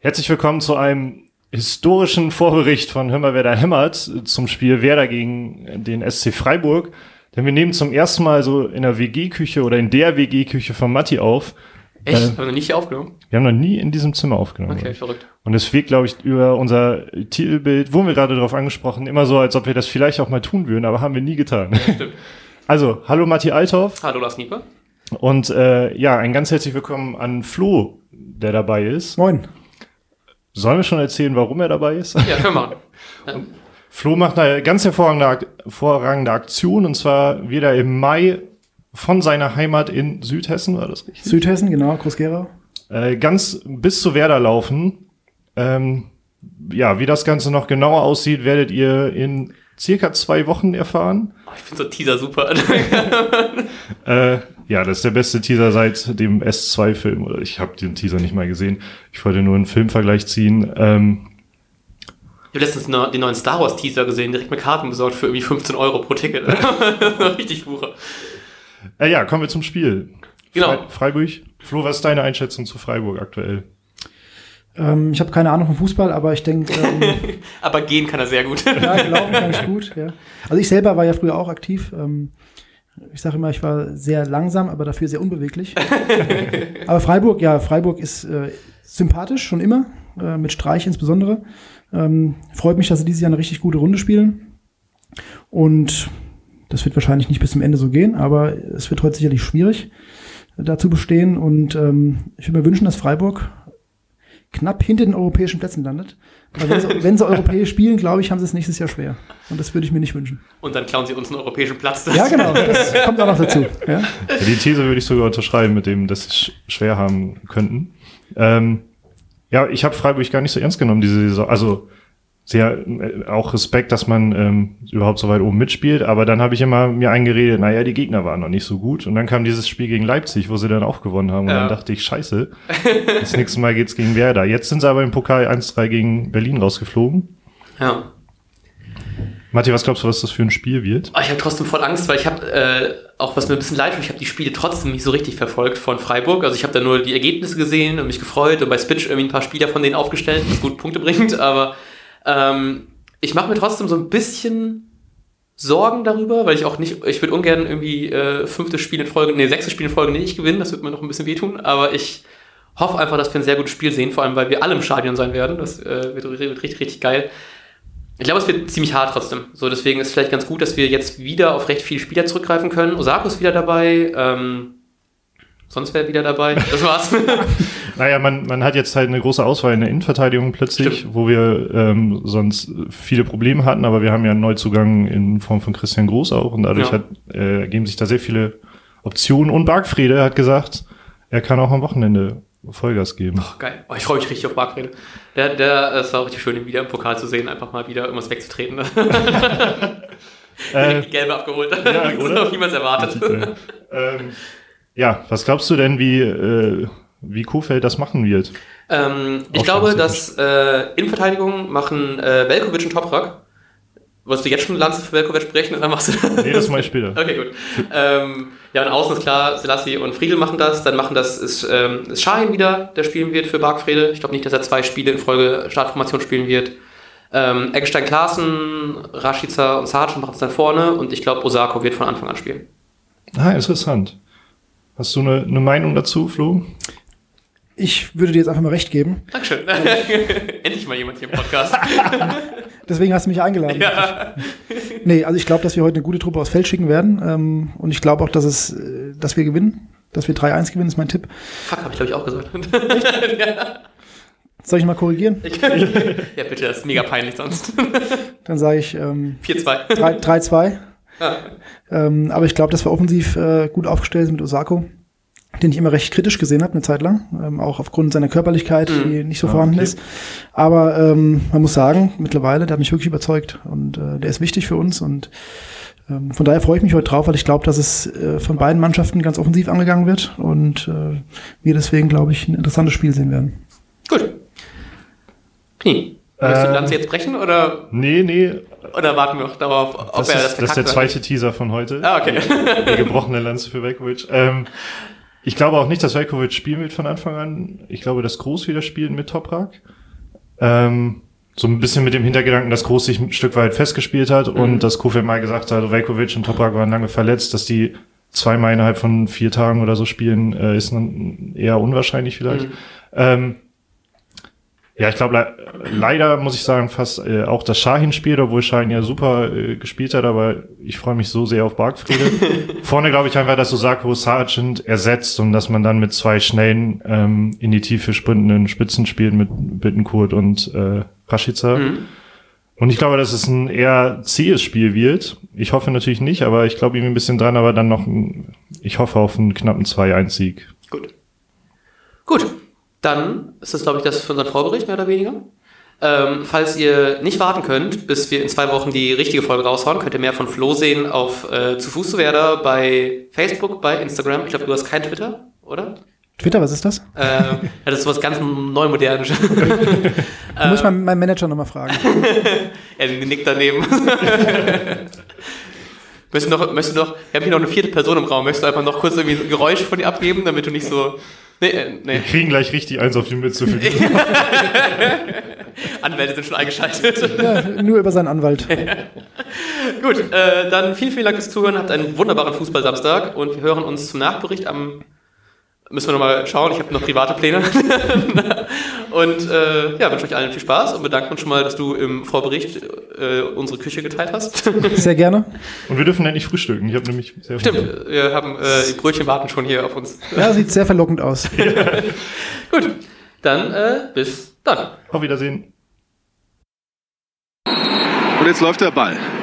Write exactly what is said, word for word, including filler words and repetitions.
Herzlich willkommen zu einem historischen Vorbericht von Hör mal, wer da hämmert zum Spiel Werder gegen den S C Freiburg. Denn wir nehmen zum ersten Mal so in der W G-Küche oder in der W G-Küche von Matti auf. Echt? Äh, haben wir noch nicht hier aufgenommen? Wir haben noch nie in diesem Zimmer aufgenommen. Okay, verrückt. Und es wirkt, glaube ich, über unser Titelbild, wurden wir gerade darauf angesprochen, immer so, als ob wir das vielleicht auch mal tun würden, aber haben wir nie getan. Ja, stimmt. Also, hallo Matti Althoff. Hallo Lars Nieper. Und äh, ja, ein ganz herzlich willkommen an Flo, der dabei ist. Moin. Sollen wir schon erzählen, warum er dabei ist? Ja, können wir machen. Ja. Flo macht eine ganz hervorragende, hervorragende Aktion, und zwar wird er im Mai von seiner Heimat in Südhessen, war das richtig? Südhessen, genau, Groß-Gerau. Äh, ganz bis zu Werder laufen. Ähm, ja, wie das Ganze noch genauer aussieht, werdet ihr in circa zwei Wochen erfahren. Oh, ich finde so Teaser super. äh, ja, das ist der beste Teaser seit dem S zwei Film. Oder ich habe den Teaser nicht mal gesehen. Ich wollte nur einen Filmvergleich ziehen. Ähm, ich habe letztens den neuen Star Wars Teaser gesehen, direkt mit Karten besorgt für irgendwie fünfzehn Euro pro Ticket. Richtig Wucher. Äh, ja, kommen wir zum Spiel. Genau. Fre- Freiburg. Flo, was ist deine Einschätzung zu Freiburg aktuell? Ähm, ich habe keine Ahnung vom Fußball, aber ich denke... Ähm, aber gehen kann er sehr gut. Ja, laufen kann ich gut, ja. Also ich selber war ja früher auch aktiv. Ähm, ich sage immer, ich war sehr langsam, aber dafür sehr unbeweglich. Aber Freiburg, ja, Freiburg ist äh, sympathisch, schon immer, äh, mit Streich insbesondere. Ähm, freut mich, dass sie dieses Jahr eine richtig gute Runde spielen. Und das wird wahrscheinlich nicht bis zum Ende so gehen, aber es wird heute sicherlich schwierig, da zu bestehen. Und ähm, ich würde mir wünschen, dass Freiburg knapp hinter den europäischen Plätzen landet. Aber wenn sie, wenn sie europäisch spielen, glaube ich, haben sie es nächstes Jahr schwer. Und das würde ich mir nicht wünschen. Und dann klauen sie uns einen europäischen Platz. Ja, genau. Das kommt auch noch dazu. Ja? Ja, die These würde ich sogar unterschreiben, mit dem, dass sie sch- schwer haben könnten. Ähm, ja, ich habe Freiburg gar nicht so ernst genommen, diese Saison. Also sehr äh, auch Respekt, dass man ähm, überhaupt so weit oben mitspielt. Aber dann habe ich immer mir eingeredet, naja, die Gegner waren noch nicht so gut. Und dann kam dieses Spiel gegen Leipzig, wo sie dann auch gewonnen haben. Und ja. dann dachte ich, scheiße, das nächste Mal geht's gegen Werder. Jetzt sind sie aber im Pokal eins drei gegen Berlin rausgeflogen. Ja. Matti, was glaubst du, was das für ein Spiel wird? Oh, ich habe trotzdem voll Angst, weil ich habe, äh, auch was mir ein bisschen leid tut, ich habe die Spiele trotzdem nicht so richtig verfolgt von Freiburg. Also ich habe da nur die Ergebnisse gesehen und mich gefreut und bei Spitch irgendwie ein paar Spieler von denen aufgestellt, was gut Punkte bringt. Aber ähm, ich mache mir trotzdem so ein bisschen Sorgen darüber, weil ich auch nicht, ich würde ungern irgendwie äh, fünftes Spiel in Folge, nee, sechstes Spiel in Folge nicht gewinnen, das würde mir noch ein bisschen wehtun, aber ich hoffe einfach, dass wir ein sehr gutes Spiel sehen, vor allem, weil wir alle im Stadion sein werden, das äh, wird, wird richtig, richtig geil. Ich glaube, es wird ziemlich hart trotzdem, so deswegen ist es vielleicht ganz gut, dass wir jetzt wieder auf recht viele Spieler zurückgreifen können. Osako ist wieder dabei, ähm, sonst wäre wieder dabei, das war's. Naja, man, man hat jetzt halt eine große Auswahl in der Innenverteidigung plötzlich, Stimmt. wo wir ähm, sonst viele Probleme hatten, aber wir haben ja einen Neuzugang in Form von Christian Groß auch, und dadurch Ja. hat, äh, ergeben sich da sehr viele Optionen. Und Bargfrede hat gesagt, er kann auch am Wochenende Vollgas geben. Oh, geil. Oh, ich freue mich richtig auf Bargfrede. Der, der, es war richtig schön, ihn wieder im Pokal zu sehen, einfach mal wieder irgendwas wegzutreten. äh, Die Gelbe abgeholt. Ja, oder? Wie man es erwartet. ähm, ja, was glaubst du denn, wie, äh, wie Kohfeldt das machen wird? Ähm, ich Auch glaube, schon dass äh, Innenverteidigung machen äh, Velkovic und Toprak. Wolltest du jetzt schon eine Lanze für Velkovic sprechen? Dann machst du Nee, das mache ich später. Okay, gut. ähm, ja, und außen ist klar, Selassie und Friedl machen das. Dann machen das ist, ähm, ist Schahin wieder, der spielen wird für Bargfrede. Ich glaube nicht, dass er zwei Spiele in Folge Startformation spielen wird. Ähm, Eggestein, Klaassen, Rashica und Sargent machen es dann vorne. Und ich glaube, Osako wird von Anfang an spielen. Ah, interessant. Hast du eine, eine Meinung dazu, Flo? Ich würde dir jetzt einfach mal recht geben. Dankeschön. Endlich mal jemand hier im Podcast. Deswegen hast du mich eingeladen. Ja. Nee, also ich glaube, dass wir heute eine gute Truppe aufs Feld schicken werden. Ähm, und ich glaube auch, dass es, äh, dass wir gewinnen. Dass wir drei eins gewinnen, ist mein Tipp. Fuck, habe ich glaube ich auch gesagt. Ja. Soll ich mal korrigieren? Ich, ja, bitte, das ist mega peinlich sonst. Dann sage ich ähm, vier zwei. drei zwei. Ah. Ähm, aber ich glaube, dass wir offensiv äh, gut aufgestellt sind mit Osako, den ich immer recht kritisch gesehen habe, eine Zeit lang. Ähm, auch aufgrund seiner Körperlichkeit, Mhm. die nicht so Ah, vorhanden okay. ist. Aber ähm, man muss sagen, mittlerweile, der hat mich wirklich überzeugt. Und äh, der ist wichtig für uns. Und ähm, von daher freue ich mich heute drauf, weil ich glaube, dass es äh, von beiden Mannschaften ganz offensiv angegangen wird. Und äh, wir deswegen, glaube ich, ein interessantes Spiel sehen werden. Gut. Knie. Willst du die Ähm, Lanze jetzt brechen oder, Nee, nee, oder warten wir noch darauf, ob das er ist, das das ist der verkackt hat? zweite Teaser von heute. Ah, okay. Die gebrochene Lanze für Velkovic. Ähm, Ich glaube auch nicht, dass Veljković spielen wird von Anfang an. Ich glaube, dass Groß wieder spielt mit Toprak. Ähm, so ein bisschen mit dem Hintergedanken, dass Groß sich ein Stück weit festgespielt hat mhm. und dass Kofeld mal gesagt hat, Veljković und Toprak waren lange verletzt, dass die zweimal innerhalb von vier Tagen oder so spielen, äh, ist dann eher unwahrscheinlich vielleicht. Mhm. Ähm, ja, ich glaube, le- leider muss ich sagen, fast äh, auch das Şahin spielt, obwohl Şahin ja super äh, gespielt hat, aber ich freue mich so sehr auf Bargfrede. Vorne glaube ich einfach, dass Osako Sargent ersetzt und dass man dann mit zwei schnellen, ähm, in die Tiefe sprintenden Spitzen spielt mit Bittencourt und äh, Rashica. Mhm. Und ich glaube, dass es ein eher zähes Spiel wird. Ich hoffe natürlich nicht, aber ich glaube irgendwie ein bisschen dran, aber dann noch, ein, ich hoffe auf einen knappen zwei eins Sieg. Gut. Gut. Dann ist das, glaube ich, das für unseren Vorbericht, mehr oder weniger. Ähm, falls ihr nicht warten könnt, bis wir in zwei Wochen die richtige Folge raushauen, könnt ihr mehr von Flo sehen auf äh, Zu Fuß zu Werder bei Facebook, bei Instagram. Ich glaube, du hast kein Twitter, oder? Twitter, was ist das? Äh, ja, das ist sowas ganz Neumodernes. Da muss ich meinen mein Manager nochmal fragen. Er nickt daneben. Möchtest du noch, möchtest du noch, wir haben hier noch eine vierte Person im Raum, möchtest du einfach noch kurz irgendwie ein Geräusch von dir abgeben, damit du nicht so... Nee, äh, nee. Wir kriegen gleich richtig eins auf die Mütze für dich. Anwälte sind schon eingeschaltet. Ja, nur über seinen Anwalt. Gut, äh, dann vielen, vielen Dank fürs Zuhören. Habt einen wunderbaren Fußball-Samstag und wir hören uns zum Nachbericht am... Müssen wir nochmal schauen, ich habe noch private Pläne. Und äh, ja, wünsche euch allen viel Spaß und bedanken uns schon mal, dass du im Vorbericht äh, unsere Küche geteilt hast. Sehr gerne. Und wir dürfen endlich frühstücken. Ich habe nämlich sehr Stimmt, Hunger. Wir haben äh, die Brötchen warten schon hier auf uns. Ja, sieht sehr verlockend aus. Ja. Gut, dann äh, bis dann. Auf Wiedersehen. Und jetzt läuft der Ball.